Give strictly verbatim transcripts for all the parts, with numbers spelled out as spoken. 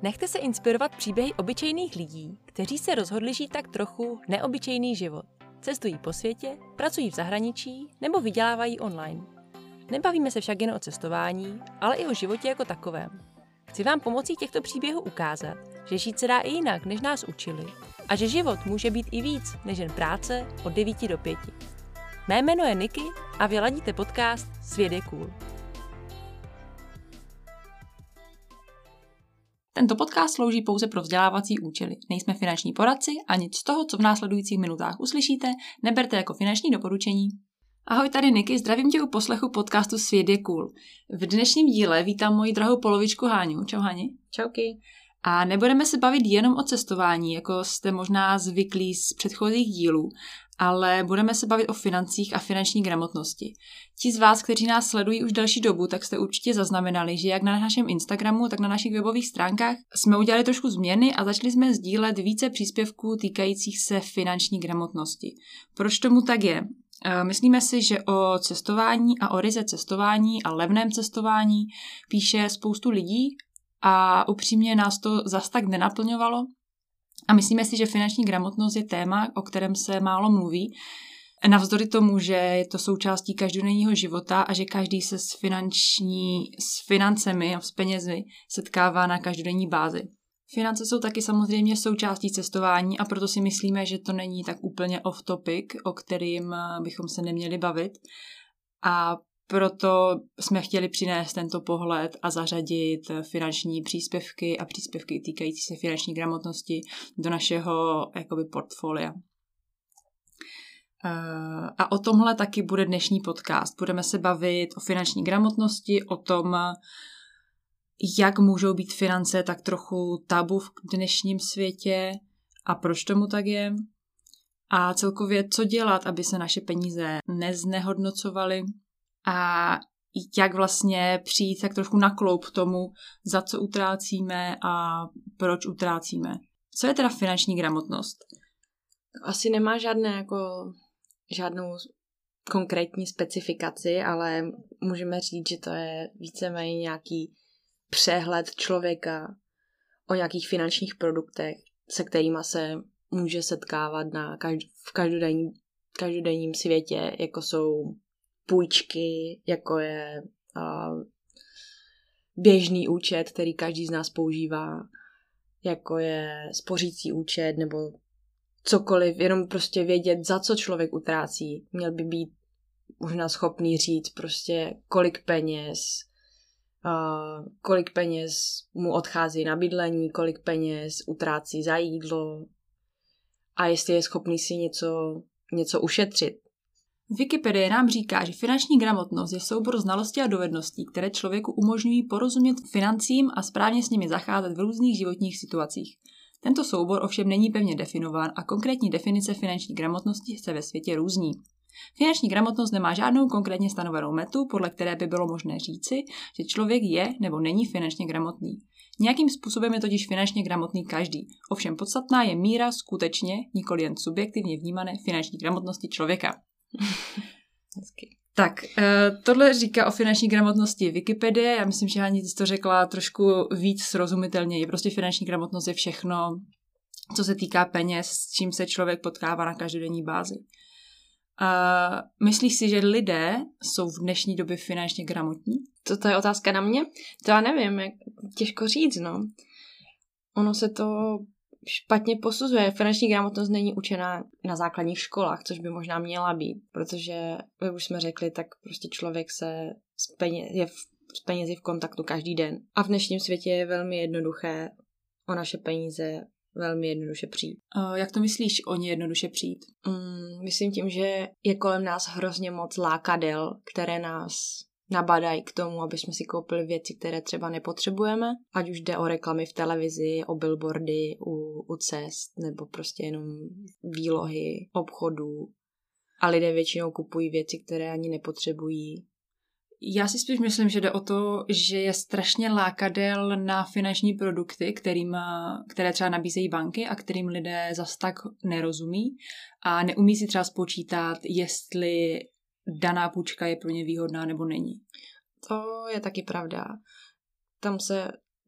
Nechte se inspirovat příběhy obyčejných lidí, kteří se rozhodli žít tak trochu neobyčejný život. Cestují po světě, pracují v zahraničí nebo vydělávají online. Nebavíme se však jen o cestování, ale i o životě jako takovém. Chci vám pomocí těchto příběhů ukázat, že žít se dá i jinak, než nás učili, a že život může být i víc než jen práce od devíti do pěti. Mé jméno je Niky a vy ladíte podcast Svět je cool. Tento podcast slouží pouze pro vzdělávací účely. Nejsme finanční poradci a nic z toho, co v následujících minutách uslyšíte, neberte jako finanční doporučení. Ahoj, tady Niky, zdravím tě u poslechu podcastu Svět je cool. V dnešním díle vítám moji drahou polovičku Háňu. Čau Hani. Čauky. A nebudeme se bavit jenom o cestování, jako jste možná zvyklí z předchozích dílů, ale budeme se bavit o financích a finanční gramotnosti. Ti z vás, kteří nás sledují už delší dobu, tak jste určitě zaznamenali, že jak na našem Instagramu, tak na našich webových stránkách jsme udělali trošku změny a začali jsme sdílet více příspěvků týkajících se finanční gramotnosti. Proč tomu tak je? Myslíme si, že o cestování a o ryze cestování a levném cestování píše spoustu lidí a upřímně nás to zas tak nenaplňovalo. A myslíme si, že finanční gramotnost je téma, o kterém se málo mluví, navzdory tomu, že je to součástí každodenního života a že každý se s, finanční, s financemi a s penězi setkává na každodenní bázi. Finance jsou taky samozřejmě součástí cestování a proto si myslíme, že to není tak úplně off topic, o kterým bychom se neměli bavit. A proto jsme chtěli přinést tento pohled a zařadit finanční příspěvky a příspěvky týkající se finanční gramotnosti do našeho jakoby portfolia. A o tomhle taky bude dnešní podcast. Budeme se bavit o finanční gramotnosti, o tom, jak můžou být finance tak trochu tabu v dnešním světě a proč tomu tak je. A celkově, co dělat, aby se naše peníze neznehodnocovaly a jak vlastně přijít tak trochu na kloub tomu, za co utrácíme a proč utrácíme. Co je teda finanční gramotnost? Asi nemá žádné jako, žádnou konkrétní specifikaci, ale můžeme říct, že to je víceméně nějaký přehled člověka o nějakých finančních produktech, se kterými se může setkávat na každ- v každodenní, každodenním světě, jako jsou půjčky, jako je uh, běžný účet, který každý z nás používá, jako je spořící účet nebo cokoliv, jenom prostě vědět, za co člověk utrácí. Měl by být možná schopný říct prostě, kolik peněz, uh, kolik peněz mu odchází na bydlení, kolik peněz utrácí za jídlo a jestli je schopný si něco, něco ušetřit. Wikipedie nám říká, že finanční gramotnost je soubor znalostí a dovedností, které člověku umožňují porozumět financím a správně s nimi zacházet v různých životních situacích. Tento soubor ovšem není pevně definován a konkrétní definice finanční gramotnosti se ve světě různí. Finanční gramotnost nemá žádnou konkrétně stanovenou metu, podle které by bylo možné říci, že člověk je nebo není finančně gramotný. Nějakým způsobem je totiž finančně gramotný každý. Ovšem podstatná je míra skutečně, nikoli jen subjektivně vnímané finanční gramotnosti člověka. Hezky. Tak, tohle říká o finanční gramotnosti Wikipedie. Já myslím, že Hani to řekla trošku víc srozumitelně. Je prostě finanční gramotnost je všechno, co se týká peněz, s čím se člověk potkává na každodenní bázi. Uh, myslíš si, že lidé jsou v dnešní době finančně gramotní? To, to je otázka na mě? To já nevím, jak, těžko říct, no. Ono se to špatně posuzuje. Finanční gramotnost není učená na základních školách, což by možná měla být, protože, jak už jsme řekli, tak prostě člověk se s peněz, je v, s penězi v kontaktu každý den. A v dnešním světě je velmi jednoduché o naše peníze velmi jednoduše přijít. Uh, jak to myslíš o ně jednoduše přijít? Um, myslím tím, že je kolem nás hrozně moc lákadel, které nás nabadají k tomu, aby jsme si koupili věci, které třeba nepotřebujeme, ať už jde o reklamy v televizi, o billboardy u, u cest, nebo prostě jenom výlohy obchodů. A lidé většinou kupují věci, které ani nepotřebují. Já si spíš myslím, že jde o to, že je strašně lákadel na finanční produkty, kterým, které třeba nabízejí banky a kterým lidé zas tak nerozumí a neumí si třeba spočítat, jestli daná půjčka je pro ně výhodná nebo není. To je taky pravda. Tam se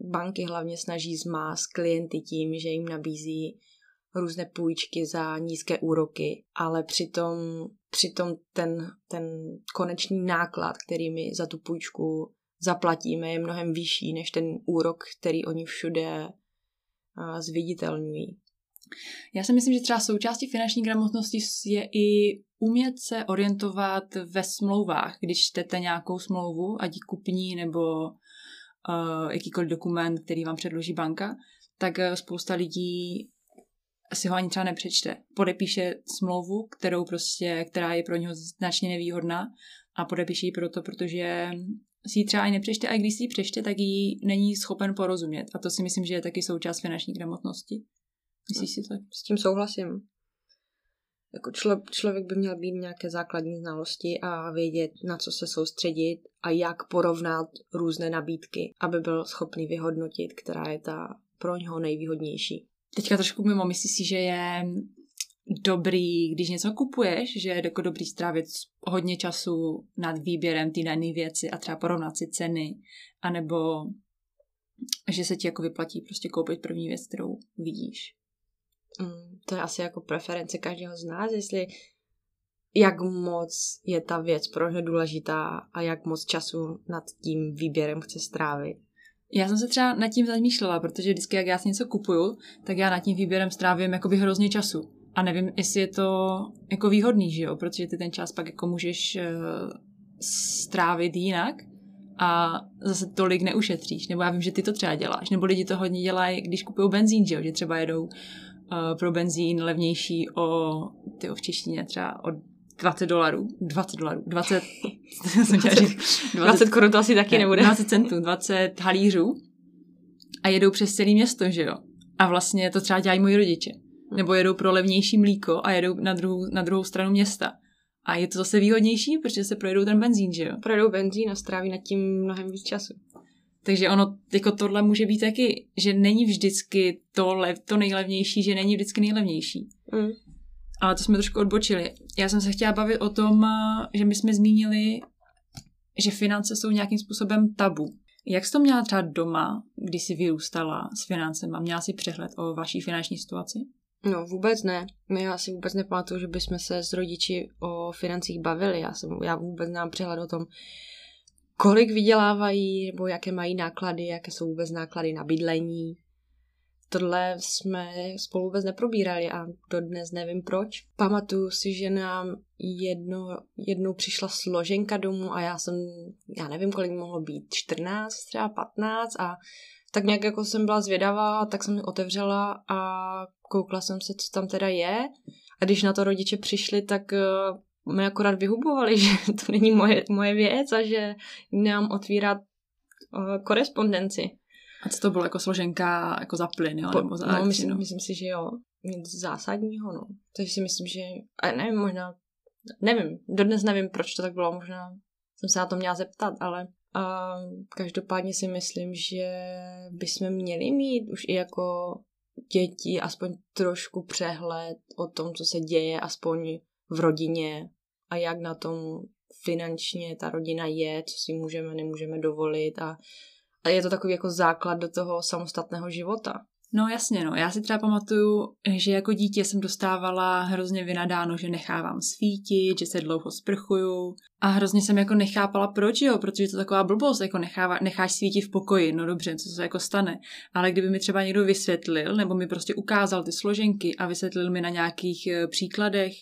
banky hlavně snaží zmást klienty tím, že jim nabízí různé půjčky za nízké úroky, ale přitom, přitom ten, ten konečný náklad, který my za tu půjčku zaplatíme, je mnohem vyšší než ten úrok, který oni všude zviditelňují. Já si myslím, že třeba součástí finanční gramotnosti je i umět se orientovat ve smlouvách. Když čtete nějakou smlouvu, ať kupní nebo uh, jakýkoliv dokument, který vám předloží banka, tak spousta lidí si ho ani třeba nepřečte. Podepíše smlouvu, kterou prostě, která je pro něho značně nevýhodná a podepíše ji proto, protože si ji třeba ani nepřečte a když si ji přečte, tak ji není schopen porozumět. A to si myslím, že je taky součást finanční gramotnosti. Myslíš si to? S tím souhlasím. Jako člo, člověk by měl být nějaké základní znalosti a vědět, na co se soustředit a jak porovnat různé nabídky, aby byl schopný vyhodnotit, která je ta pro něho nejvýhodnější. Teďka trošku mimo, myslíš si, že je dobrý, když něco kupuješ, že je jako dobrý strávit hodně času nad výběrem té dané věci a třeba porovnat si ceny, anebo že se ti jako vyplatí prostě koupit první věc, kterou vidíš? Mm, to je asi jako preference každého z nás, jestli jak moc je ta věc pro ně důležitá a jak moc času nad tím výběrem chce strávit. Já jsem se třeba nad tím zamýšlela, protože vždycky, jak já si něco kupuju, tak já nad tím výběrem strávím jakoby hrozně času. A nevím, jestli je to jako výhodný, že jo? Protože ty ten čas pak jako můžeš uh, strávit jinak a zase tolik neušetříš. Nebo já vím, že ty to třeba děláš. Nebo lidi to hodně dělají, když kupují benzín, že jo? Že třeba jedou uh, pro benzín levnější o, tyjo, v češtině třeba o dvacet dolarů. dvacet dolarů. dvacet, dvacet, dvacet korun to asi taky ne, nebude. dvacet centů, dvacet halířů a jedou přes celé město, že jo? A vlastně to třeba dělají moji rodiče. Nebo jedou pro levnější mlíko a jedou na druhou, na druhou stranu města. A je to zase výhodnější, protože se projedou ten benzín, že jo? Projedou benzín a stráví nad tím mnohem víc času. Takže ono, jako tohle může být taky, že není vždycky to, lev, to nejlevnější, že není vždycky nejlevnější. Mm. Ale to jsme trošku odbočili. Já jsem se chtěla bavit o tom, že my jsme zmínili, že finance jsou nějakým způsobem tabu. Jak jsi to měla třeba doma, když jsi vyrůstala s financema? Měla jsi přehled o vaší finanční situaci? No vůbec ne. Já si vůbec nepamatuju, že bychom se s rodiči o financích bavili. Já, jsem, já vůbec nemám přehled o tom, kolik vydělávají, nebo jaké mají náklady, jaké jsou vůbec náklady na bydlení. Tohle jsme spolu vůbec neprobírali a dodnes nevím proč. Pamatuju si, že nám jedno, jednou přišla složenka domů a já jsem, já nevím, kolik mohlo být, čtrnáct, třeba patnáct a tak nějak jako jsem byla zvědavá, tak jsem ji otevřela a koukla jsem se, co tam teda je. A když na to rodiče přišli, tak uh, mě akorát vyhubovali, že to není moje, moje věc a že nemám otvírat uh, korespondenci. A co to bylo jako složenka jako za plyn, jo? Po, Nebo za no, myslím, myslím si, že jo. Nic zásadního, no. Takže si myslím, že... A nevím, možná... Nevím, dodnes nevím, proč to tak bylo. Možná jsem se na to měla zeptat, ale... A každopádně si myslím, že bychom měli mít už i jako děti aspoň trošku přehled o tom, co se děje aspoň v rodině a jak na tom finančně ta rodina je, co si můžeme, nemůžeme dovolit a, a je to takový jako základ do toho samostatného života. No jasně, no. Já si třeba pamatuju, že jako dítě jsem dostávala hrozně vynadáno, že nechávám svítit, že se dlouho sprchuju a hrozně jsem jako nechápala proč, jo, protože to je taková blbost, jako nechává, necháš svítit v pokoji, no dobře, co se jako stane. Ale kdyby mi třeba někdo vysvětlil, nebo mi prostě ukázal ty složenky a vysvětlil mi na nějakých příkladech,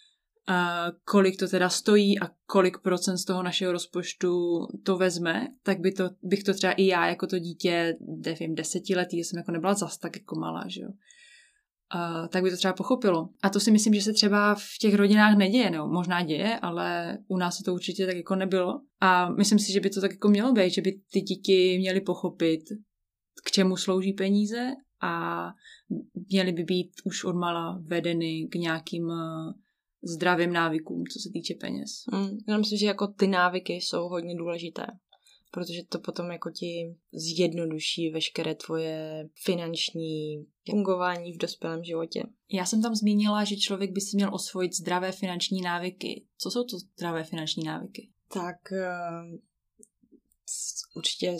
Uh, kolik to teda stojí a kolik procent z toho našeho rozpočtu to vezme, tak by to, bych to třeba i já jako to dítě, nevím, desetiletí, jsem jako nebyla zas tak jako malá, že jo. Uh, tak by to třeba pochopilo. A to si myslím, že se třeba v těch rodinách neděje, nebo možná děje, ale u nás se to určitě tak jako nebylo. A myslím si, že by to tak jako mělo být, že by ty děti měly pochopit, k čemu slouží peníze a měly by být už odmala vedeny k nějakým zdravým návykům, co se týče peněz. Mm, já myslím, že jako ty návyky jsou hodně důležité, protože to potom jako ti zjednoduší veškeré tvoje finanční fungování v dospělém životě. Já jsem tam zmínila, že člověk by si měl osvojit zdravé finanční návyky. Co jsou to zdravé finanční návyky? Tak uh, určitě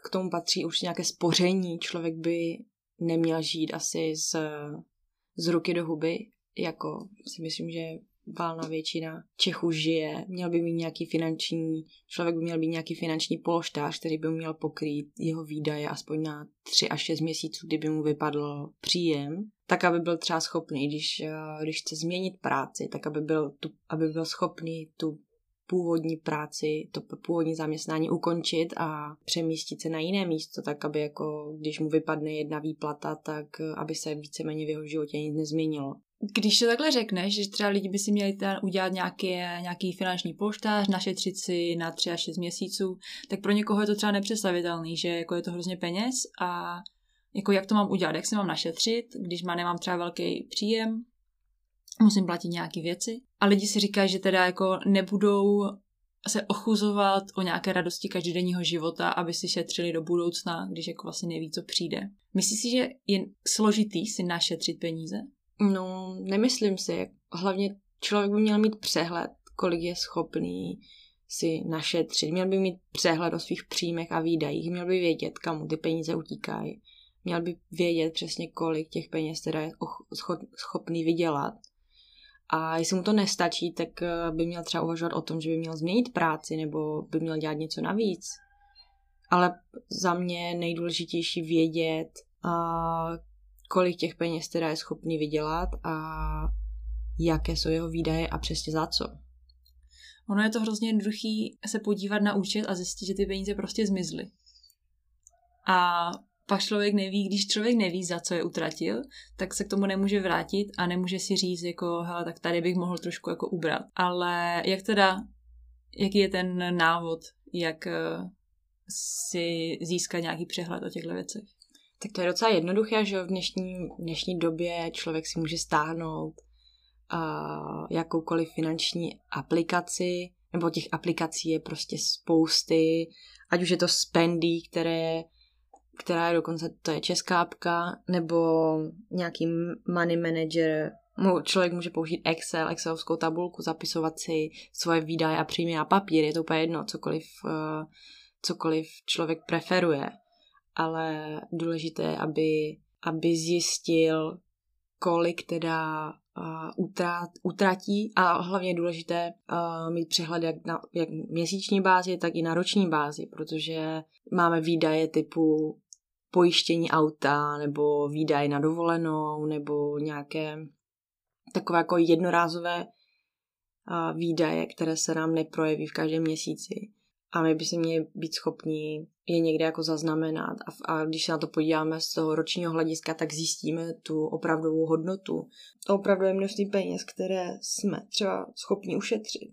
k tomu patří už nějaké spoření. Člověk by neměl žít asi z, z ruky do huby, jako si myslím, že valná většina Čechů žije. Měl by mít nějaký finanční, člověk by měl být nějaký finanční polštář, který by měl pokrýt jeho výdaje aspoň na tři až šest měsíců, kdyby mu vypadl příjem, tak aby byl třeba schopný, když, když chce změnit práci, tak aby byl, tu, aby byl schopný tu původní práci, to původní zaměstnání ukončit a přemístit se na jiné místo, tak aby jako, když mu vypadne jedna výplata, tak aby se víceméně v jeho životě nic nezměnilo. Když to takhle řekneš, že třeba lidi by si měli udělat nějaký, nějaký finanční polštář, našetřit si na tři až šest měsíců, tak pro někoho je to třeba nepředstavitelný, že jako je to hrozně peněz a jako jak to mám udělat, jak se mám našetřit, když má, nemám třeba velký příjem, musím platit nějaké věci. A lidi si říkají, že teda jako nebudou se ochuzovat o nějaké radosti každodenního života, aby si šetřili do budoucna, když jako vlastně neví, co přijde. Myslíš si, že je složitý si našetřit peníze? No, nemyslím si. Hlavně člověk by měl mít přehled, kolik je schopný si našetřit. Měl by mít přehled o svých příjmech a výdajích. Měl by vědět, kam mu ty peníze utíkají. Měl by vědět přesně, kolik těch peněz teda je schopný vydělat. A jestli mu to nestačí, tak by měl třeba uvažovat o tom, že by měl změnit práci nebo by měl dělat něco navíc. Ale za mě nejdůležitější vědět, a kolik těch peněz teda je schopný vydělat a jaké jsou jeho výdaje a přesně za co. Ono je to hrozně jednoduchý se podívat na účet a zjistit, že ty peníze prostě zmizly. A pak člověk neví, když člověk neví, za co je utratil, tak se k tomu nemůže vrátit a nemůže si říct, jako, hele, tak tady bych mohl trošku jako ubrat. Ale jak teda, jaký je ten návod, jak si získat nějaký přehled o těchto věcech? Tak to je docela jednoduché, že v dnešní, dnešní době člověk si může stáhnout uh, jakoukoliv finanční aplikaci, nebo těch aplikací je prostě spousty, ať už je to Spendy, které, která je dokonce, to je česká apka, nebo nějaký money manager. Člověk může použít Excel, excelovskou tabulku, zapisovat si svoje výdaje a příjmy na papír, je to úplně jedno, cokoliv, uh, cokoliv člověk preferuje. Ale důležité je, aby, aby zjistil, kolik teda uh, utrat, utratí a hlavně je důležité uh, mít přehled jak na jak měsíční bázi, tak i na roční bázi, protože máme výdaje typu pojištění auta nebo výdaje na dovolenou nebo nějaké takové jako jednorázové uh, výdaje, které se nám neprojeví v každém měsíci. A my bychom měli být schopni je někde jako zaznamenat. A, a když se na to podíváme z toho ročního hlediska, tak zjistíme tu opravdovou hodnotu. To opravdové množství peněz, které jsme třeba schopni ušetřit.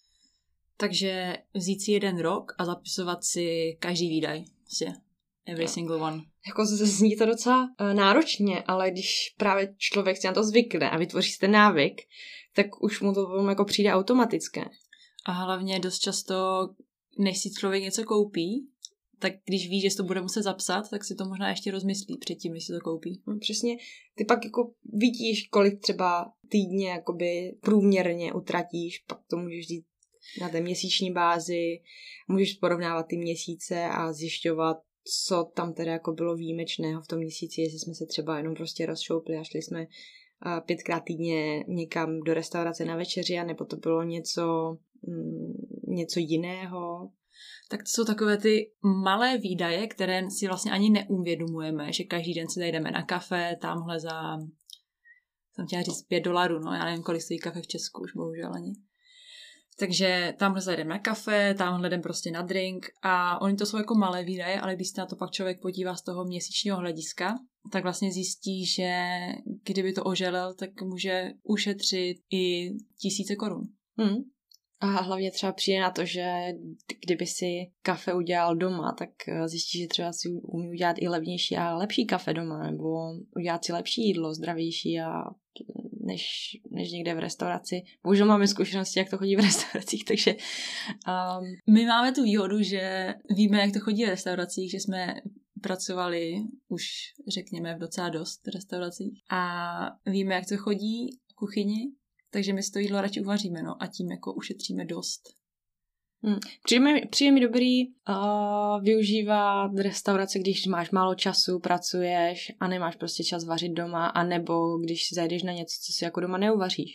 Takže vzít si jeden rok a zapisovat si každý výdaj. Vlastně. Every no. single one. Jako zní to docela uh, náročně, ale když právě člověk si na to zvykne a vytvoří si ten návyk, tak už mu to jako přijde automatické. A hlavně dost často, než si člověk něco koupí, tak když ví, že si to bude muset zapsat, tak si to možná ještě rozmyslí předtím, než si to koupí. No, přesně. Ty pak jako vidíš, kolik třeba týdně jakoby průměrně utratíš, pak to můžeš říct na té měsíční bázi, můžeš porovnávat ty měsíce a zjišťovat, co tam teda jako bylo výjimečného v tom měsíci, jestli jsme se třeba jenom prostě rozšoupli a šli jsme pětkrát týdně někam do restaurace na večeři, nebo to bylo něco, něco jiného. Tak to jsou takové ty malé výdaje, které si vlastně ani neuvědomujeme, že každý den si jdeme na kafe, tamhle za, jsem chtěla říct pět dolarů, no já nevím, kolik stojí kafe v Česku, už bohužel ani. Takže tamhle zajdeme na kafe, tamhle jdeme prostě na drink a oni to jsou jako malé výdaje, ale když se na to pak člověk podívá z toho měsíčního hlediska, tak vlastně zjistí, že kdyby to oželel, tak může ušetřit i tisíce korun. Hmm. A hlavně třeba přijde na to, že kdyby si kafe udělal doma, tak zjistí, že třeba si umí udělat i levnější a lepší kafe doma, nebo udělat si lepší jídlo, zdravější a než, než někde v restauraci. Bohužel máme zkušenosti, jak to chodí v restauracích, takže... Um... My máme tu výhodu, že víme, jak to chodí v restauracích, že jsme pracovali už, řekněme, v docela dost restauracích a víme, jak to chodí v kuchyni, takže my si to jídlo radši uvaříme, no, a tím jako ušetříme dost. Hmm. Přijde mi, přijde mi dobrý uh, využívat restaurace, když máš málo času, pracuješ a nemáš prostě čas vařit doma, anebo když si zajdeš na něco, co si jako doma neuvaříš.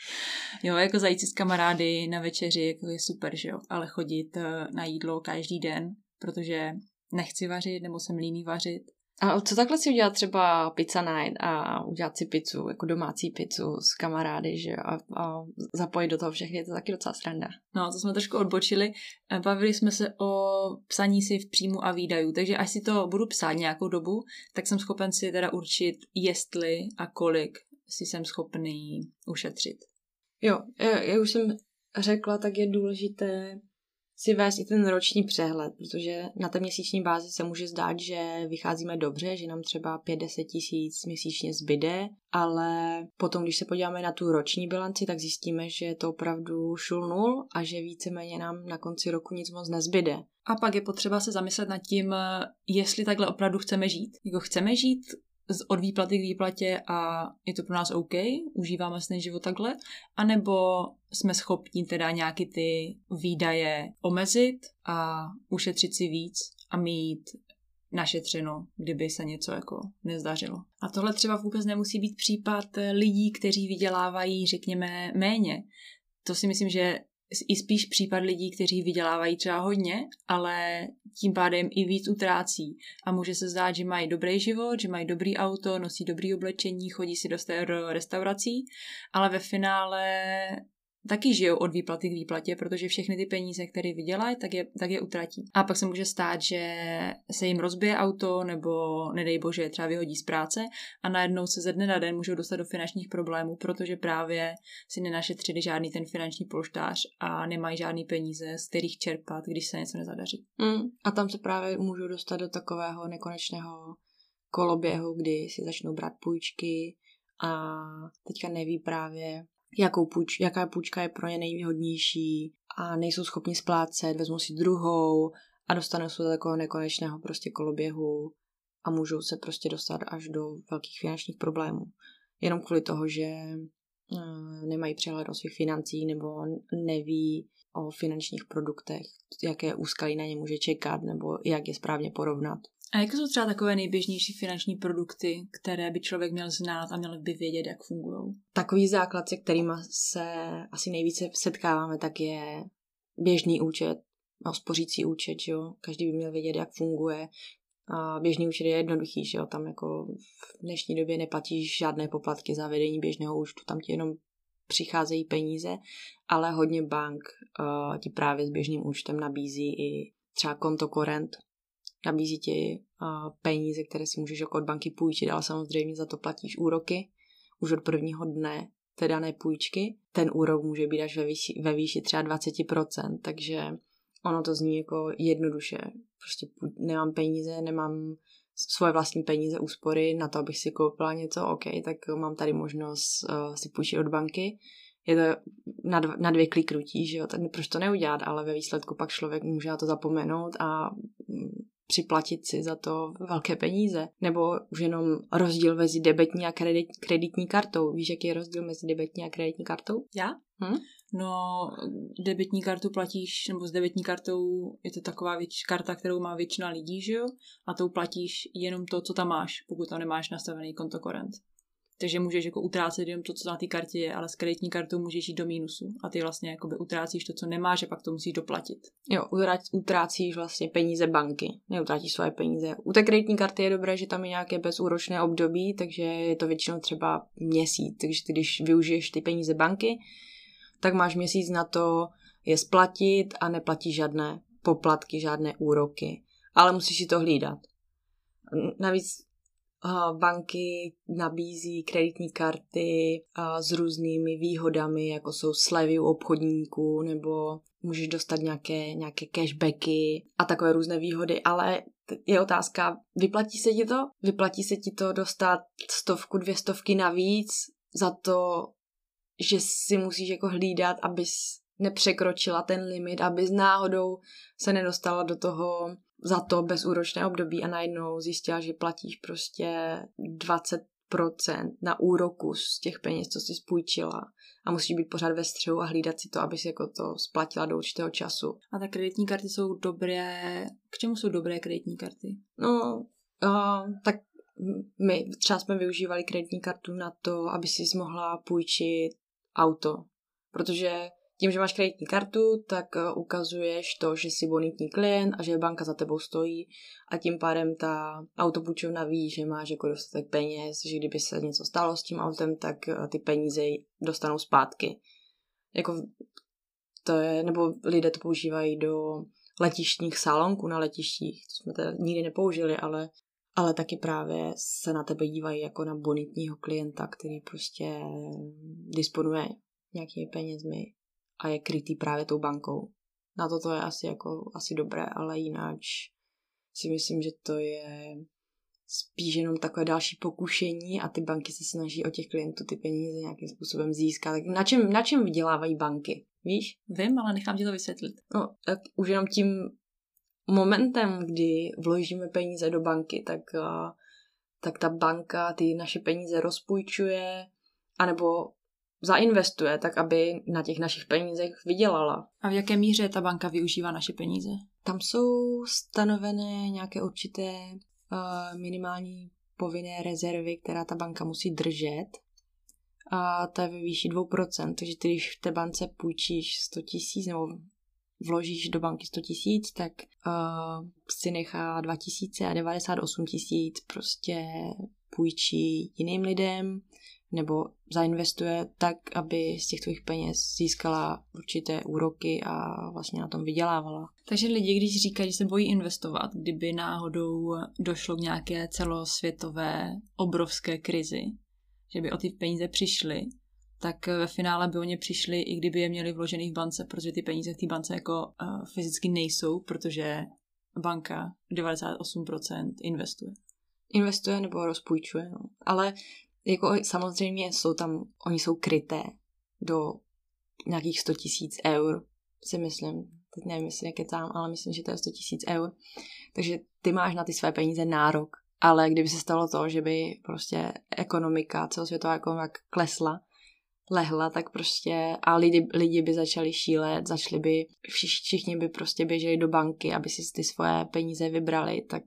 Jo, jako zajít si s kamarády na večeři jako je super, že jo, ale chodit na jídlo každý den, protože nechci vařit nebo jsem líný vařit. A co takhle si udělat třeba pizza night a udělat si pizzu, jako domácí pizzu s kamarády, že a, a zapojit do toho všechny, je to taky docela sranda. No, to jsme trošku odbočili. Bavili jsme se o psaní si v příjmu a výdajů, takže až si to budu psát nějakou dobu, tak jsem schopen si teda určit, jestli a kolik si jsem schopný ušetřit. Jo, jak už jsem řekla, tak je důležité si vést i ten roční přehled, protože na té měsíční bázi se může zdát, že vycházíme dobře, že nám třeba pět deset tisíc měsíčně zbyde, ale potom, když se podíváme na tu roční bilanci, tak zjistíme, že je to opravdu šul nul a že víceméně nám na konci roku nic moc nezbyde. A pak je potřeba se zamyslet nad tím, jestli takhle opravdu chceme žít. Jako chceme žít od výplaty k výplatě a je to pro nás OK, užíváme si ten život takhle, anebo jsme schopni teda nějaký ty výdaje omezit a ušetřit si víc a mít našetřeno, kdyby se něco jako nezdařilo. A tohle třeba vůbec nemusí být případ lidí, kteří vydělávají, řekněme, méně. To si myslím, že i spíš případ lidí, kteří vydělávají třeba hodně, ale tím pádem i víc utrácí. A může se zdát, že mají dobrý život, že mají dobrý auto, nosí dobrý oblečení, chodí si do restaurací, ale ve finále taky žijou od výplaty k výplatě, protože všechny ty peníze, které vydělají, tak je, tak je utratí. A pak se může stát, že se jim rozbije auto, nebo nedej bože, třeba vyhodí z práce a najednou se ze dne na den můžou dostat do finančních problémů, protože právě si nenašetřili žádný ten finanční polštář a nemají žádný peníze, z kterých čerpat, když se něco nezadaří. Mm, a tam se právě můžou dostat do takového nekonečného koloběhu, kdy si začnou brát půjčky a teďka neví právě, jakou půjč, jaká půjčka je pro ně nejvýhodnější a nejsou schopni splácet, vezmou si druhou a dostanou se do takového nekonečného prostě koloběhu a můžou se prostě dostat až do velkých finančních problémů. Jenom kvůli toho, že nemají přehled o svých financích nebo neví o finančních produktech, jaké úskalí na ně může čekat nebo jak je správně porovnat. A jaké jsou třeba takové nejběžnější finanční produkty, které by člověk měl znát a měl by vědět, jak fungují? Takový základ, se kterými se asi nejvíce setkáváme, tak je běžný účet, no, spořící účet, že jo? Každý by měl vědět, jak funguje. A běžný účet je jednoduchý, že jo? Tam jako v dnešní době neplatíš žádné poplatky za vedení běžného účtu, tam ti jenom přicházejí peníze, ale hodně bank uh, ti právě s běžným účtem nabízí i třeba konto korent, nabízí ti uh, peníze, které si můžeš jako od banky půjčit, ale samozřejmě za to platíš úroky už od prvního dne té dané půjčky. Ten úrok může být až ve výši, ve výši třeba dvacet procent, takže ono to zní jako jednoduše. Prostě nemám peníze, nemám svoje vlastní peníze, úspory na to, abych si koupila něco, OK, tak mám tady možnost uh, si půjčit od banky. Je to na, dv- na dvě kliknutí, že jo, tak proč to neudělat, ale ve výsledku pak člověk může na to zapomenout a mm, připlatit si za to velké peníze. Nebo už jenom rozdíl mezi debetní a kredit, kreditní kartou. Víš, jaký je rozdíl mezi debetní a kreditní kartou? Já? Hm? No, debetní kartu platíš, nebo s debetní kartou je to taková věč, karta, kterou má většina lidí, že jo? A tou platíš jenom to, co tam máš, pokud tam nemáš nastavený konto korent. Takže můžeš jako utrácet jenom to, co na té kartě je, ale s kreditní kartou můžeš jít do mínusu a ty vlastně jakoby utrácíš to, co nemáš a pak to musíš doplatit. Jo, utrácíš vlastně peníze banky, neutrácíš svoje peníze. U té kreditní karty je dobré, že tam je nějaké bezúročné období, takže je to většinou třeba měsíc. Takže ty, když využiješ ty peníze banky, tak máš měsíc na to je splatit a neplatíš žádné poplatky, žádné úroky. Ale musíš si to hlídat. Navíc banky nabízí kreditní karty s různými výhodami, jako jsou slevy u obchodníků, nebo můžeš dostat nějaké, nějaké cashbacky a takové různé výhody, ale je otázka, vyplatí se ti to? Vyplatí se ti to dostat stovku, dvě stovky navíc za to, že si musíš jako hlídat, abys nepřekročila ten limit, abys náhodou se nedostala do toho za to bezúročné období a najednou zjistila, že platíš prostě dvacet procent na úroku z těch peněz, co jsi spůjčila. A musíš být pořád ve střehu a hlídat si to, aby si jako to splatila do určitého času. A ta kreditní karty jsou dobré... K čemu jsou dobré kreditní karty? No, uh, tak my třeba jsme využívali kreditní kartu na to, aby si mohla půjčit auto. Protože tím, že máš kreditní kartu, tak ukazuješ to, že jsi bonitní klient a že banka za tebou stojí a tím pádem ta autopůjčovna ví, že máš jako dostatek peněz, že kdyby se něco stalo s tím autem, tak ty peníze dostanou zpátky. Jako to je, nebo lidé to používají do letištních salonků na letištích, to jsme teda nikdy nepoužili, ale, ale taky právě se na tebe dívají jako na bonitního klienta, který prostě disponuje nějakými penězmi a je krytý právě tou bankou. Na to to je asi jako asi dobré, ale jinak si myslím, že to je spíš jenom takové další pokušení a ty banky se snaží o těch klientů ty peníze nějakým způsobem získat. Tak na čem, na čem vydělávají banky? Víš? Vím, ale nechám ti to vysvětlit. No, tak už jenom tím momentem, kdy vložíme peníze do banky, tak, tak ta banka ty naše peníze rozpůjčuje anebo zainvestuje, tak aby na těch našich penízech vydělala. A v jaké míře ta banka využívá naše peníze? Tam jsou stanovené nějaké určité uh, minimální povinné rezervy, která ta banka musí držet. A to je ve výši dvě procenta. Takže ty, když v té bance půjčíš sto tisíc nebo vložíš do banky sto tisíc, tak uh, si nechá dva tisíce a devadesát osm tisíc prostě půjčí jiným lidem nebo zainvestuje tak, aby z těch tvých peněz získala určité úroky a vlastně na tom vydělávala. Takže lidi, když říkají, že se bojí investovat, kdyby náhodou došlo k nějaké celosvětové obrovské krizi, že by o ty peníze přišly, tak ve finále by o ně přišli, i kdyby je měli vložený v bance, protože ty peníze v té bance jako uh, fyzicky nejsou, protože banka devadesát osm procent investuje. Investuje nebo rozpůjčuje, no. Ale jako samozřejmě jsou tam, oni jsou kryté do nějakých sto tisíc eur, si myslím. Teď nevím, jestli nekecám, ale myslím, že to je sto tisíc eur. Takže ty máš na ty své peníze nárok. Ale kdyby se stalo to, že by prostě ekonomika, celosvětová ekonomika klesla, lehla, tak prostě a lidi, lidi by začali šílet, začali by, všichni by prostě běželi do banky, aby si ty svoje peníze vybrali, tak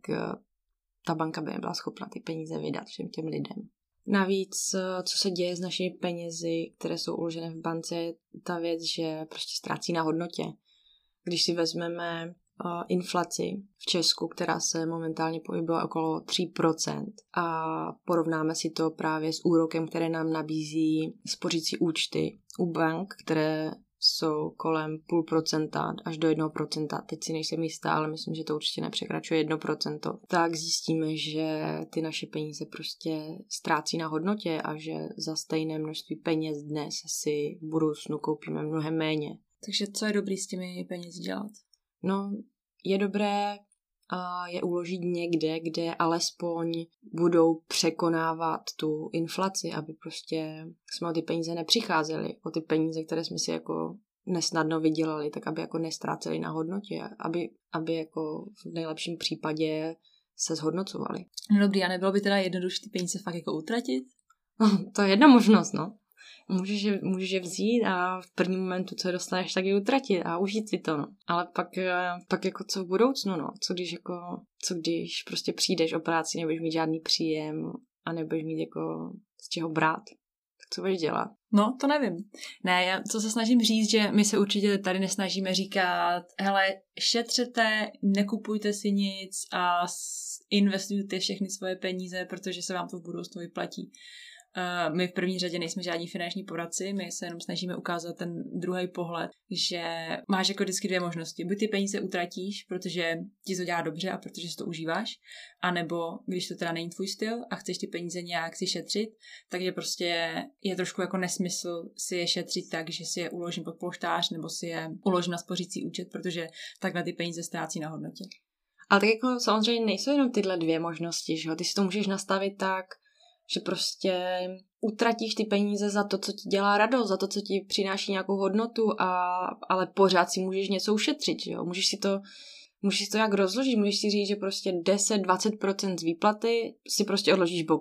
ta banka by nebyla schopna ty peníze vydat všem těm lidem. Navíc, co se děje s našimi penězi, které jsou uložené v bance, je ta věc, že prostě ztrácí na hodnotě. Když si vezmeme uh, inflaci v Česku, která se momentálně pohybuje okolo tři procenta a porovnáme si to právě s úrokem, které nám nabízí spořící účty u bank, které jsou kolem půl procenta až do jednoho procenta. Teď si nejsem jistá, ale myslím, že to určitě nepřekračuje jedno procento. Tak zjistíme, že ty naše peníze prostě ztrácí na hodnotě a že za stejné množství peněz dnes si v budoucnu koupíme mnohem méně. Takže co je dobrý s těmi penězi dělat? No, je dobré a je uložit někde, kde alespoň budou překonávat tu inflaci, aby prostě jsme o ty peníze nepřicházeli, o ty peníze, které jsme si jako nesnadno vydělali, tak aby jako nestráceli na hodnotě, aby, aby jako v nejlepším případě se zhodnocovali. No dobrý, a nebylo by teda jednodušší ty peníze fakt jako utratit? No, to je jedna možnost, no. Můžeš je, můžeš je vzít a v prvním momentu, co je dostaneš, tak je utratit a užít si to, no. Ale pak, pak jako co v budoucnu, no. Co když jako, co když prostě přijdeš o práci, nebudeš mít žádný příjem a nebudeš mít jako z čeho brát. Tak co budeš dělat? No, to nevím. Ne, já co se snažím říct, že my se určitě tady nesnažíme říkat, hele, šetřete, nekupujte si nic a investujte všechny svoje peníze, protože se vám to v budoucnu vyplatí. Uh, my v první řadě nejsme žádní finanční poradci, my se jenom snažíme ukázat ten druhý pohled, že máš jako vždycky dvě možnosti. Buď ty peníze utratíš, protože ti to dělá dobře a protože si to užíváš, anebo když to teda není tvůj styl a chceš ty peníze nějak si šetřit, takže prostě je trošku jako nesmysl si je šetřit tak, že si je uložím pod polštář nebo si je uložím na spořící účet, protože takhle ty peníze ztrácí na hodnotě. Ale tak jako samozřejmě nejsou jenom tyhle dvě možnosti, že jo? Ty si to můžeš nastavit tak, že prostě utratíš ty peníze za to, co ti dělá radost, za to, co ti přináší nějakou hodnotu, a, ale pořád si můžeš něco ušetřit, že jo? Můžeš si to, můžeš si to jak rozložit, můžeš si říct, že prostě deset až dvacet procent z výplaty si prostě odložíš bokem.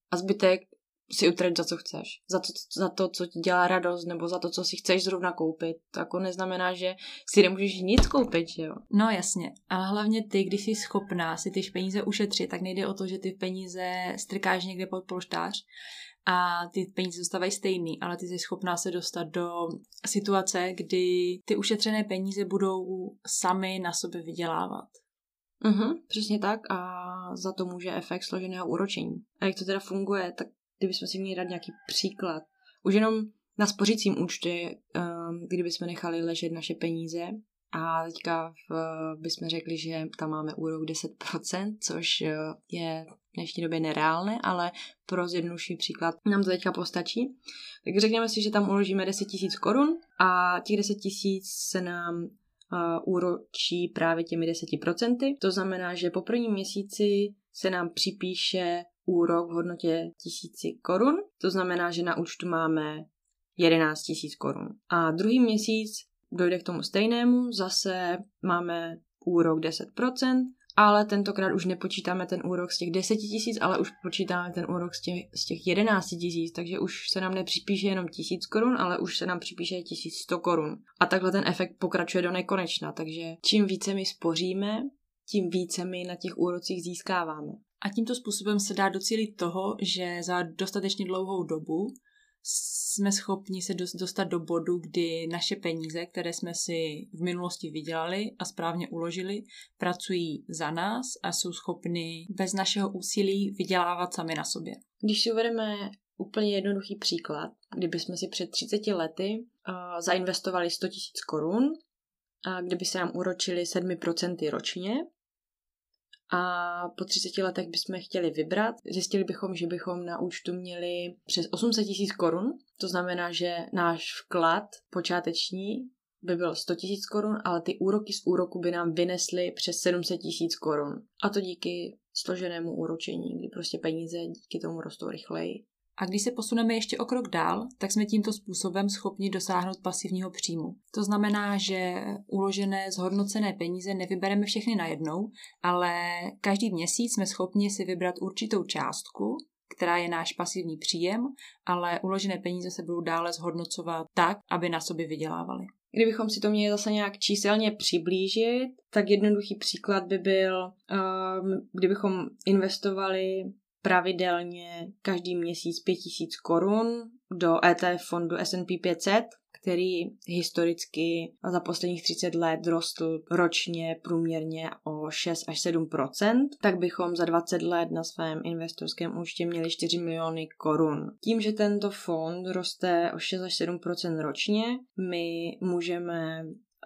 a zbytek si utrať za co chceš. Za to, za to, co ti dělá radost, nebo za to, co si chceš zrovna koupit. To jako neznamená, že si nemůžeš nic koupit, že jo? No jasně, ale hlavně ty, když jsi schopná si ty peníze ušetřit, tak nejde o to, že ty peníze strkáš někde pod polštář a ty peníze zůstávají stejný, ale ty jsi schopná se dostat do situace, kdy ty ušetřené peníze budou sami na sobě vydělávat. Mhm, přesně tak a za to může efekt složeného úročení. A jak to teda funguje, tak kdybychom si měli dát nějaký příklad. Už jenom na spořícím účtě, kdybychom nechali ležet naše peníze a teďka bychom řekli, že tam máme úrok deset procent, což je v dnešní době nereálné, ale pro zjednodušší příklad nám to teďka postačí. Tak řekněme si, že tam uložíme deset tisíc korun a těch deset tisíc se nám uh, úročí právě těmi deseti procenty. To znamená, že po prvním měsíci se nám připíše úrok v hodnotě tisíci korun. To znamená, že na účtu máme jedenáct tisíc korun. A druhý měsíc dojde k tomu stejnému, zase máme úrok deset procent, ale tentokrát už nepočítáme ten úrok z těch deset tisíc, ale už počítáme ten úrok z těch, z těch jedenáct tisíc, takže už se nám nepřipíše jenom tisíc korun, ale už se nám připíše tisíc sto korun. A takhle ten efekt pokračuje do nekonečna, takže čím více my spoříme, tím více my na těch úrocích získáváme. A tímto způsobem se dá docílit toho, že za dostatečně dlouhou dobu jsme schopni se dostat do bodu, kdy naše peníze, které jsme si v minulosti vydělali a správně uložili, pracují za nás a jsou schopni bez našeho úsilí vydělávat sami na sobě. Když si uvedeme úplně jednoduchý příklad, kdybychom si před třiceti lety uh, zainvestovali sto tisíc korun, a kdyby se nám úročili sedm procent ročně, a po třiceti letech bychom chtěli vybrat, zjistili bychom, že bychom na účtu měli přes osm set tisíc korun, to znamená, že náš vklad počáteční by byl sto tisíc korun, ale ty úroky z úroku by nám vynesly přes sedm set tisíc korun. A to díky složenému úročení, kdy prostě peníze díky tomu rostou rychleji. A když se posuneme ještě o krok dál, tak jsme tímto způsobem schopni dosáhnout pasivního příjmu. To znamená, že uložené zhodnocené peníze nevybereme všechny najednou, ale každý měsíc jsme schopni si vybrat určitou částku, která je náš pasivní příjem, ale uložené peníze se budou dále zhodnocovat tak, aby na sobě vydělávaly. Kdybychom si to měli zase nějak číselně přiblížit, tak jednoduchý příklad by byl, kdybychom investovali pravidelně každý měsíc pět tisíc korun do E T F fondu S and P pět set, který historicky za posledních třicet let rostl ročně průměrně o šest až sedm procent, tak bychom za dvacet let na svém investorském účtě měli čtyři miliony korun. Tím, že tento fond roste o šest až sedm procent ročně, my můžeme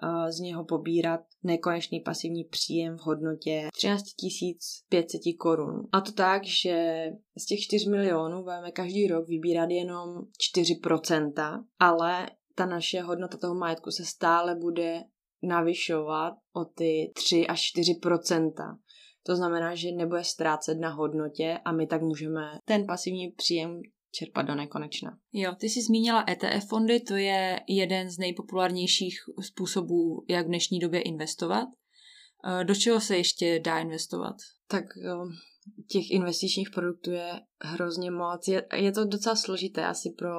z něho pobírat nekonečný pasivní příjem v hodnotě třináct tisíc pět set korun. A to tak, že z těch čtyř milionů budeme každý rok vybírat jenom čtyři procenta, ale ta naše hodnota toho majetku se stále bude navyšovat o ty tři až čtyři procenta. To znamená, že nebude ztrácet na hodnotě a my tak můžeme ten pasivní příjem čerpat do nekonečna. Jo, ty jsi zmínila E T F fondy, to je jeden z nejpopulárnějších způsobů, jak v dnešní době investovat. Do čeho se ještě dá investovat? Tak jo, těch investičních produktů je hrozně moc. Je, je to docela složité asi pro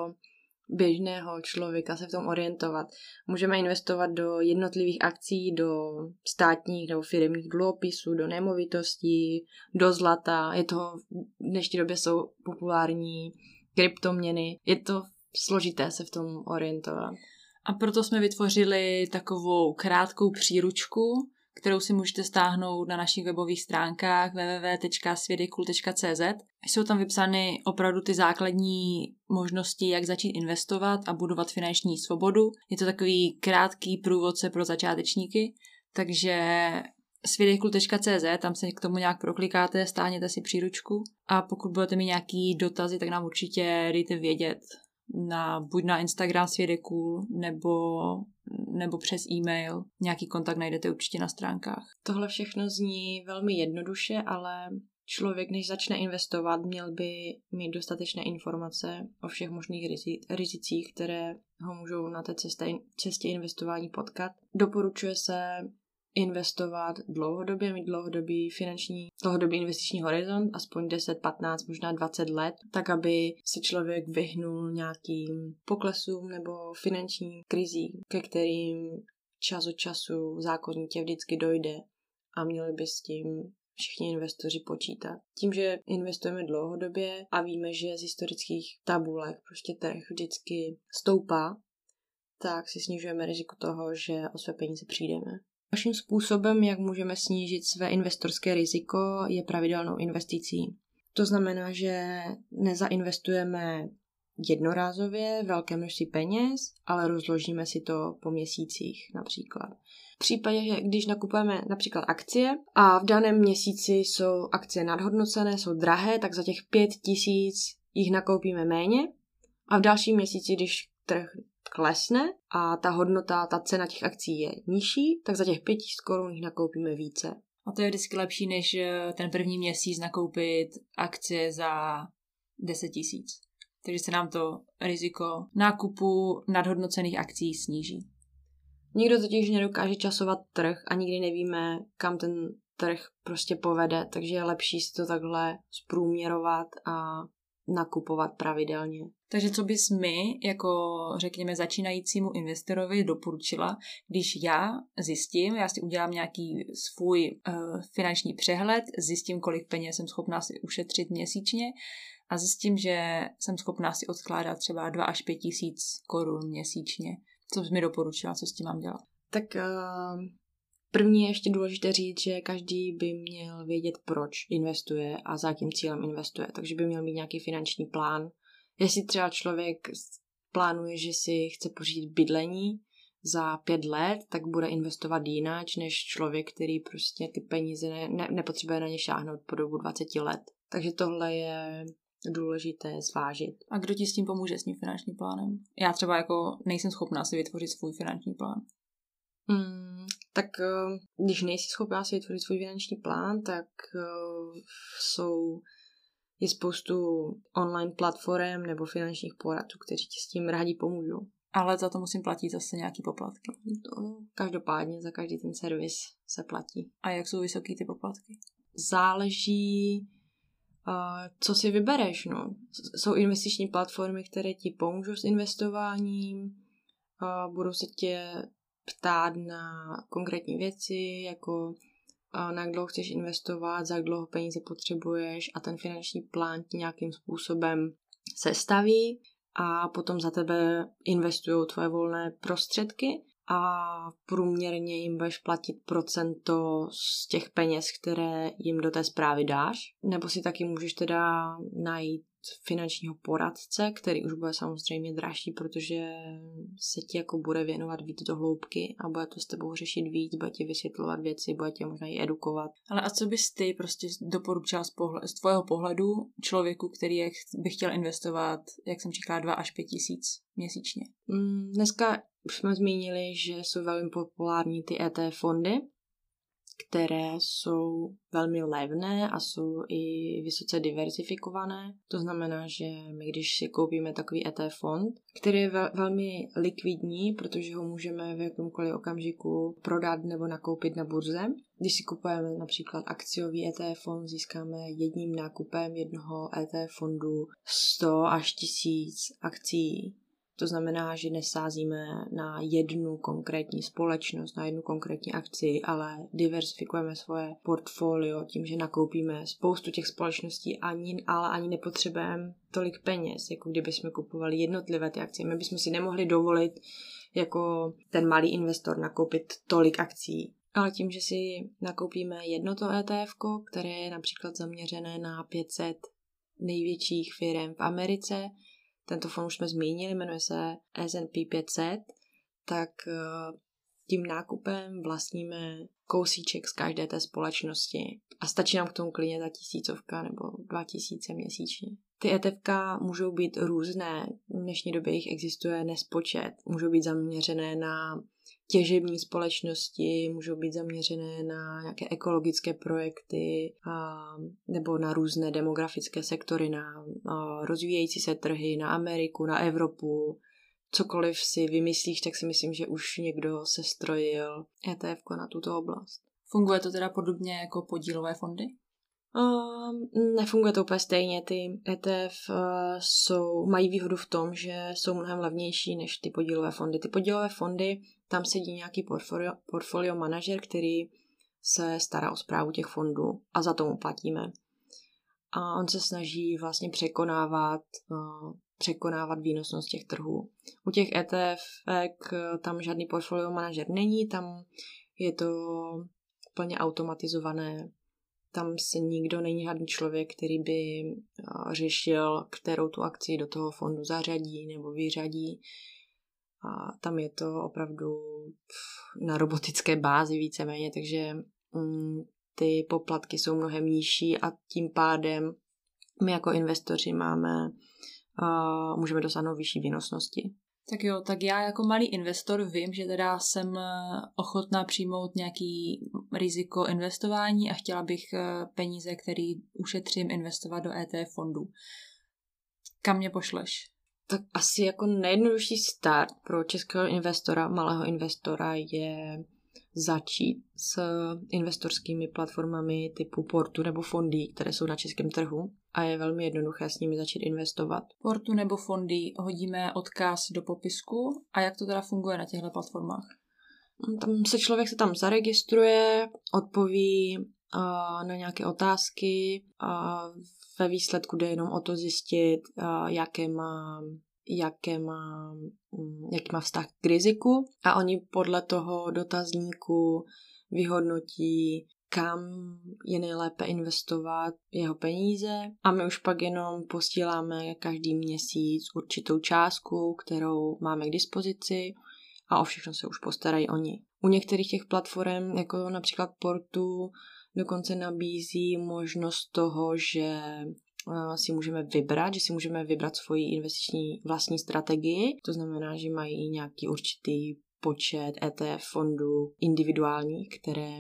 běžného člověka se v tom orientovat. Můžeme investovat do jednotlivých akcí, do státních nebo firemních dluhopisů, do nemovitostí, do zlata. Je to v dnešní době jsou populární kryptoměny. Je to složité se v tom orientovat. A proto jsme vytvořili takovou krátkou příručku, kterou si můžete stáhnout na našich webových stránkách w w w tečka svědekul tečka c z. Jsou tam vypsány opravdu ty základní možnosti, jak začít investovat a budovat finanční svobodu. Je to takový krátký průvodce pro začátečníky, takže svědekul tečka c z, tam se k tomu nějak proklikáte, stáhněte si příručku a pokud budete mít nějaký dotazy, tak nám určitě dejte vědět. Na, buď na Instagram Svědekul, nebo, nebo přes e-mail. Nějaký kontakt najdete určitě na stránkách. Tohle všechno zní velmi jednoduše, ale člověk, než začne investovat, měl by mít dostatečné informace o všech možných rizicích, které ho můžou na té cestě, cestě investování potkat. Doporučuje se investovat dlouhodobě, mít dlouhodobý finanční, dlouhodobý investiční horizont, aspoň deset, patnáct, možná dvacet let, tak aby se člověk vyhnul nějakým poklesům nebo finančním krizím, ke kterým čas od času zákonitě vždycky dojde a měli by s tím všichni investoři počítat. Tím, že investujeme dlouhodobě a víme, že z historických tabulek prostě trh vždycky stoupá, tak si snižujeme riziko toho, že o své peníze přijdeme. Dalším způsobem, jak můžeme snížit své investorské riziko, je pravidelnou investicí. To znamená, že nezainvestujeme jednorázově velké množství peněz, ale rozložíme si to po měsících například. V případě, že když nakupujeme například akcie a v daném měsíci jsou akcie nadhodnocené, jsou drahé, tak za těch pět tisíc jich nakoupíme méně a v dalším měsíci, když trh klesne a ta hodnota, ta cena těch akcí je nižší, tak za těch pět tisíc korun jich nakoupíme více. A to je vždycky lepší, než ten první měsíc nakoupit akcie za deset tisíc. Takže se nám to riziko nákupu nadhodnocených akcí sníží. Nikdo totiž nedokáže časovat trh a nikdy nevíme, kam ten trh prostě povede, takže je lepší si to takhle zprůměrovat a nakupovat pravidelně. Takže co bys my, jako řekněme začínajícímu investorovi doporučila, když já zjistím, já si udělám nějaký svůj uh, finanční přehled, zjistím, kolik peněz jsem schopná si ušetřit měsíčně a zjistím, že jsem schopná si odkládat třeba dva až pět tisíc korun měsíčně. Co bys mi doporučila, co s tím mám dělat? Tak uh, první je ještě důležité říct, že každý by měl vědět, proč investuje a za jakým cílem investuje. Takže by měl mít nějaký finanční plán. Jestli třeba člověk plánuje, že si chce pořídit bydlení za pět let, tak bude investovat jináč než člověk, který prostě ty peníze ne, ne, nepotřebuje na ně šáhnout po dobu dvacet let. Takže tohle je důležité zvážit. A kdo ti s tím pomůže, s tím finančním plánem? Já třeba jako nejsem schopná si vytvořit svůj finanční plán. Hmm, tak když nejsi schopná si vytvořit svůj finanční plán, tak uh, jsou je spoustu online platform nebo finančních poradců, kteří ti s tím rádi pomůžou. Ale za to musím platit zase nějaký poplatky. To, každopádně za každý ten servis se platí. A jak jsou vysoký ty poplatky? Záleží, co si vybereš. No. Jsou investiční platformy, které ti pomůžou s investováním, budou se tě ptát na konkrétní věci, jako na jak dlouho chceš investovat, za jak dlouho peníze potřebuješ a ten finanční plán ti nějakým způsobem sestaví a potom za tebe investují tvoje volné prostředky a průměrně jim budeš platit procento z těch peněz, které jim do té správy dáš. Nebo si taky můžeš teda najít finančního poradce, který už bude samozřejmě dražší, protože se ti jako bude věnovat víc do hloubky a bude to s tebou řešit víc, bude ti vysvětlovat věci, bude tě možná i edukovat. Ale a co bys ty prostě doporučila z, pohled, z tvého pohledu člověku, který je, by chtěl investovat, jak jsem říkala, dva až pět tisíc měsíčně? Mm, dneska už jsme zmínili, že jsou velmi populární ty E T F fondy, které jsou velmi levné a jsou i vysoce diversifikované. To znamená, že my když si koupíme takový E T F fond, který je vel, velmi likvidní, protože ho můžeme v jakémkoliv okamžiku prodat nebo nakoupit na burze. Když si kupujeme například akciový E T F fond, získáme jedním nákupem jednoho E T F fondu sto až tisíc akcií. To znamená, že nesázíme na jednu konkrétní společnost, na jednu konkrétní akci, ale diversifikujeme svoje portfolio tím, že nakoupíme spoustu těch společností, ani, ale ani nepotřebujeme tolik peněz, jako kdyby jsme kupovali jednotlivé ty akcie. My bychom si nemohli dovolit jako ten malý investor nakoupit tolik akcí. Ale tím, že si nakoupíme jedno to E T F, které je například zaměřené na pět set největších firm v Americe, tento fond už jsme zmínili, jmenuje se S and P pět set, tak tím nákupem vlastníme kousíček z každé té společnosti a stačí nám k tomu klidně ta tisícovka nebo dva tisíce měsíčně. Ty E T F můžou být různé, v dnešní době jich existuje nespočet, můžou být zaměřené na těžební společnosti, můžou být zaměřené na nějaké ekologické projekty a, nebo na různé demografické sektory, na a, rozvíjející se trhy, na Ameriku, na Evropu. cokoliv si vymyslíš, tak si myslím, že už někdo sestrojil E T F na tuto oblast. Funguje to teda podobně jako podílové fondy? Um, nefunguje to úplně stejně. Ty E T F uh, jsou, mají výhodu v tom, že jsou mnohem levnější než ty podílové fondy. Ty podílové fondy, tam sedí nějaký portfolio, portfolio manažer, který se stará o správu těch fondů a za to mu platíme. A on se snaží vlastně překonávat, uh, překonávat výnosnost těch trhů. U těch E T F tam žádný portfolio manažer není, tam je to plně automatizované. Tam se nikdo, není žádný člověk, který by řešil, kterou tu akci do toho fondu zařadí nebo vyřadí. A tam je to opravdu na robotické bázi víceméně, takže mm, ty poplatky jsou mnohem nižší a tím pádem my jako investoři máme, uh, můžeme dosáhnout vyšší výnosnosti. Tak jo, tak já jako malý investor vím, že teda jsem ochotná přijmout nějaký riziko investování a chtěla bych peníze, které ušetřím, investovat do E T F fondů. Kam mě pošleš? Tak asi jako nejjednodušší start pro českého investora, malého investora je začít s investorskými platformami typu Portu nebo Fondy, které jsou na českém trhu a je velmi jednoduché s nimi začít investovat. Portu nebo Fondy, hodíme odkaz do popisku a jak to teda funguje na těchto platformách? Tam se člověk se tam zaregistruje, odpoví uh, na nějaké otázky a ve výsledku jde jenom o to zjistit, uh, jaké má jaké má, jaký má vztah k riziku a oni podle toho dotazníku vyhodnotí, kam je nejlépe investovat jeho peníze a my už pak jenom posíláme každý měsíc určitou částku, kterou máme k dispozici a o všechno se už postarají oni. U některých těch platform, jako například Portu, dokonce nabízí možnost toho, že si můžeme vybrat, že si můžeme vybrat svoji investiční vlastní strategii. To znamená, že mají nějaký určitý počet E T F fondů individuálních, které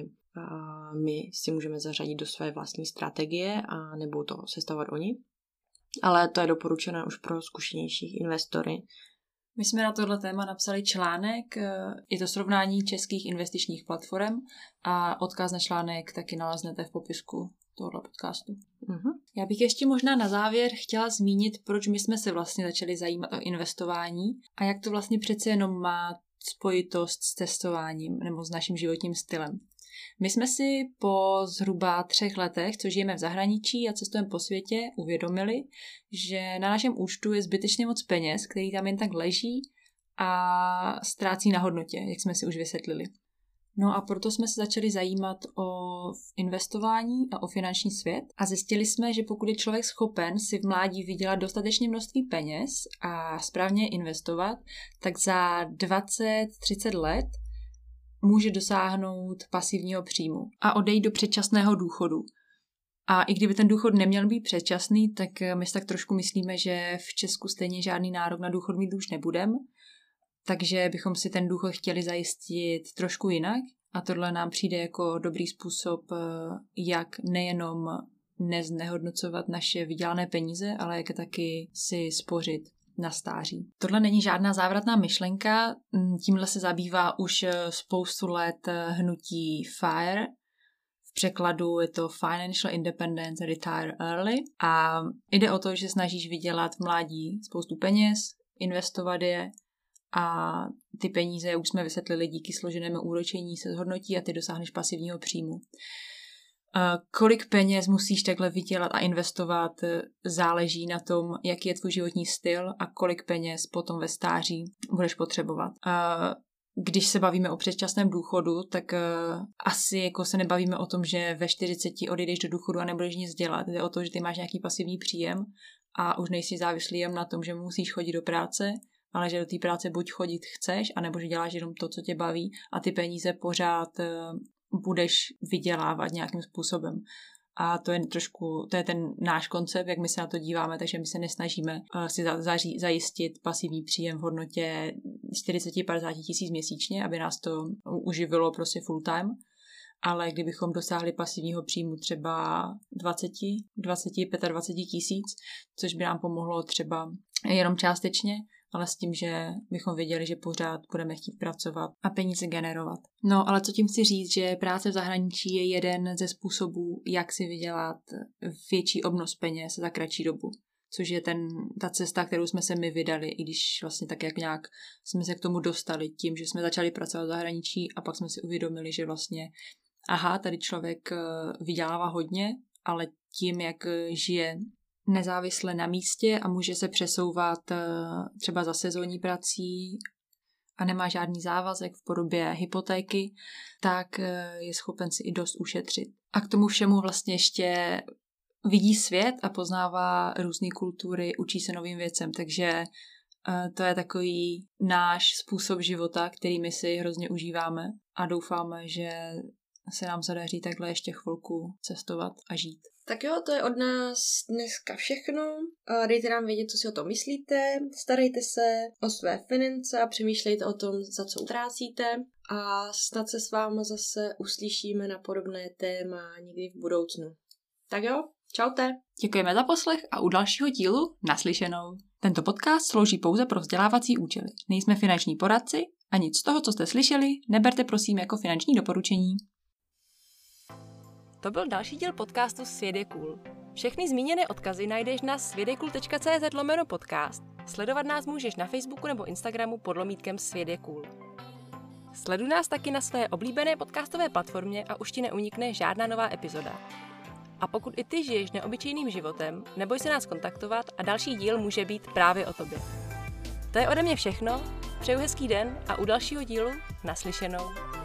my si můžeme zařadit do své vlastní strategie a nebo to sestavovat oni. Ale to je doporučené už pro zkušenější investory. My jsme na tohle téma napsali článek, je to srovnání českých investičních platform a odkaz na článek taky naleznete v popisku tohoto podcastu. Uh-huh. Já bych ještě možná na závěr chtěla zmínit, proč my jsme se vlastně začali zajímat o investování a jak to vlastně přece jenom má spojitost s testováním nebo s naším životním stylem. My jsme si po zhruba třech letech, co žijeme v zahraničí a cestujeme po světě, uvědomili, že na našem účtu je zbytečně moc peněz, který tam jen tak leží a ztrácí na hodnotě, jak jsme si už vysvětlili. No a proto jsme se začali zajímat o investování a o finanční svět a zjistili jsme, že pokud je člověk schopen si v mládí vydělat dostatečné množství peněz a správně investovat, tak za dvacet třicet let může dosáhnout pasivního příjmu a odejít do předčasného důchodu. A i kdyby ten důchod neměl být předčasný, tak my si tak trošku myslíme, že v Česku stejně žádný nárok na důchod mít už nebudeme, takže bychom si ten důchod chtěli zajistit trošku jinak a tohle nám přijde jako dobrý způsob, jak nejenom neznehodnocovat naše vydělané peníze, ale jak taky si spořit na stáří. Tohle není žádná závratná myšlenka, tímhle se zabývá už spoustu let hnutí FIRE. V překladu je to Financial Independence Retire Early a jde o to, že snažíš vydělat v mládí spoustu peněz, investovat je a ty peníze, jak už jsme vysvětlili, díky složenému úročení se zhodnotí a ty dosáhneš pasivního příjmu. Kolik peněz musíš takhle vydělat a investovat, záleží na tom, jaký je tvůj životní styl a kolik peněz potom ve stáří budeš potřebovat. Když se bavíme o předčasném důchodu, tak asi jako se nebavíme o tom, že ve čtyřiceti odejdeš do důchodu a nebudeš nic dělat. Jde o to, že ty máš nějaký pasivní příjem a už nejsi závislý jen na tom, že musíš chodit do práce, ale že do té práce buď chodit chceš, anebo že děláš jenom to, co tě baví a ty peníze pořád budeš vydělávat nějakým způsobem. A to je trošku, to je ten náš koncept, jak my se na to díváme, takže my se nesnažíme uh, si za, zaří, zajistit pasivní příjem v hodnotě čtyřicet až padesát tisíc měsíčně, aby nás to uživilo prostě full time, ale kdybychom dosáhli pasivního příjmu třeba dvacet, dvacet, dvacet pět tisíc, což by nám pomohlo třeba jenom částečně ale s tím, že bychom věděli, že pořád budeme chtít pracovat a peníze generovat. No, ale co tím chci říct, že práce v zahraničí je jeden ze způsobů, jak si vydělat větší obnos peněz za kratší dobu. Což je ten, ta cesta, kterou jsme se my vydali, i když vlastně tak jak nějak jsme se k tomu dostali tím, že jsme začali pracovat v zahraničí a pak jsme si uvědomili, že vlastně aha, tady člověk vydělává hodně, ale tím, jak žije nezávisle na místě a může se přesouvat třeba za sezónní prací a nemá žádný závazek v podobě hypotéky, tak je schopen si i dost ušetřit. A k tomu všemu vlastně ještě vidí svět a poznává různé kultury, učí se novým věcem, takže to je takový náš způsob života, který my si hrozně užíváme a doufáme, že se nám zadaří takhle ještě chvilku cestovat a žít. Tak jo, to je od nás dneska všechno. Dejte nám vědět, co si o tom myslíte, starejte se o své finance a přemýšlejte o tom, za co utrácíte a snad se s vámi zase uslyšíme na podobné téma někdy v budoucnu. Tak jo, čaute. Děkujeme za poslech a u dalšího dílu naslyšenou. Tento podcast slouží pouze pro vzdělávací účely. Nejsme finanční poradci a nic z toho, co jste slyšeli, neberte prosím jako finanční doporučení. To byl další díl podcastu Svět je cool. Všechny zmíněné odkazy najdeš na světjecool tečka cz lomeno podcast. Sledovat nás můžeš na Facebooku nebo Instagramu pod lomítkem Svět je cool. Sleduj nás taky na své oblíbené podcastové platformě a už ti neunikne žádná nová epizoda. A pokud i ty žiješ neobyčejným životem, neboj se nás kontaktovat a další díl může být právě o tobě. To je ode mě všechno, přeju hezký den a u dalšího dílu naslyšenou.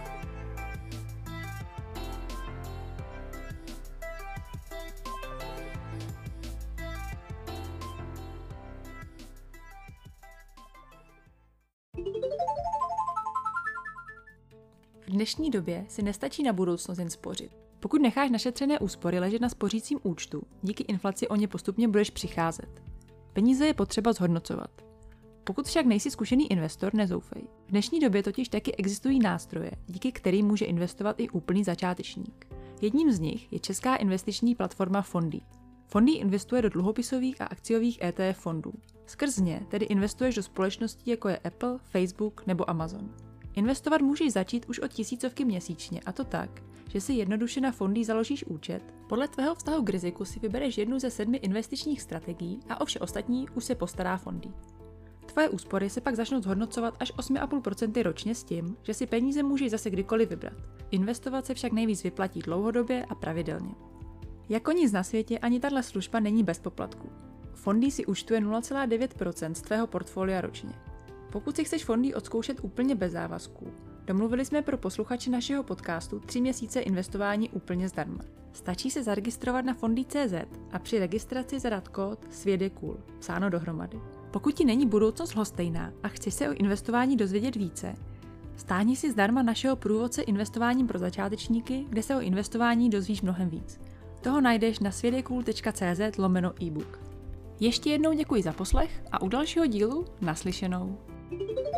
V dnešní době si nestačí na budoucnost jen spořit. Pokud necháš našetřené úspory ležet na spořícím účtu, díky inflaci o ně postupně budeš přicházet. Peníze je potřeba zhodnocovat. Pokud však nejsi zkušený investor, nezoufej. V dnešní době totiž taky existují nástroje, díky kterým může investovat i úplný začátečník. Jedním z nich je česká investiční platforma Fondy. Fondy investuje do dluhopisových a akciových E T F fondů. Skrz ně tedy investuješ do společností jako je Apple, Facebook nebo Amazon. Investovat můžeš začít už od tisícovky měsíčně, a to tak, že si jednoduše na Fondy založíš účet, podle tvého vztahu k riziku si vybereš jednu ze sedmi investičních strategií a o vše ostatní už se postará Fondy. Tvoje úspory se pak začnou zhodnocovat až osm celá pět procenta ročně s tím, že si peníze můžeš zase kdykoliv vybrat. Investovat se však nejvíc vyplatí dlouhodobě a pravidelně. Jako nic na světě ani tahle služba není bez poplatku. Fondy si účtuje nula celá devět procenta z tvého portfolia ročně. Pokud si chceš Fondy odzkoušet úplně bez závazků, domluvili jsme pro posluchače našeho podcastu tři měsíce investování úplně zdarma. Stačí se zaregistrovat na fondy tečka cé zet a při registraci zadat kód Svět je cool, psáno dohromady. Pokud ti není budoucnost lhostejná a chceš se o investování dozvědět více, stáhni si zdarma našeho průvodce investováním pro začátečníky, kde se o investování dozvíš mnohem víc. Toho najdeš na světjecool tečka cz lomeno e-book. Ještě jednou děkuji za poslech a u dalšího dílu naslyšenou.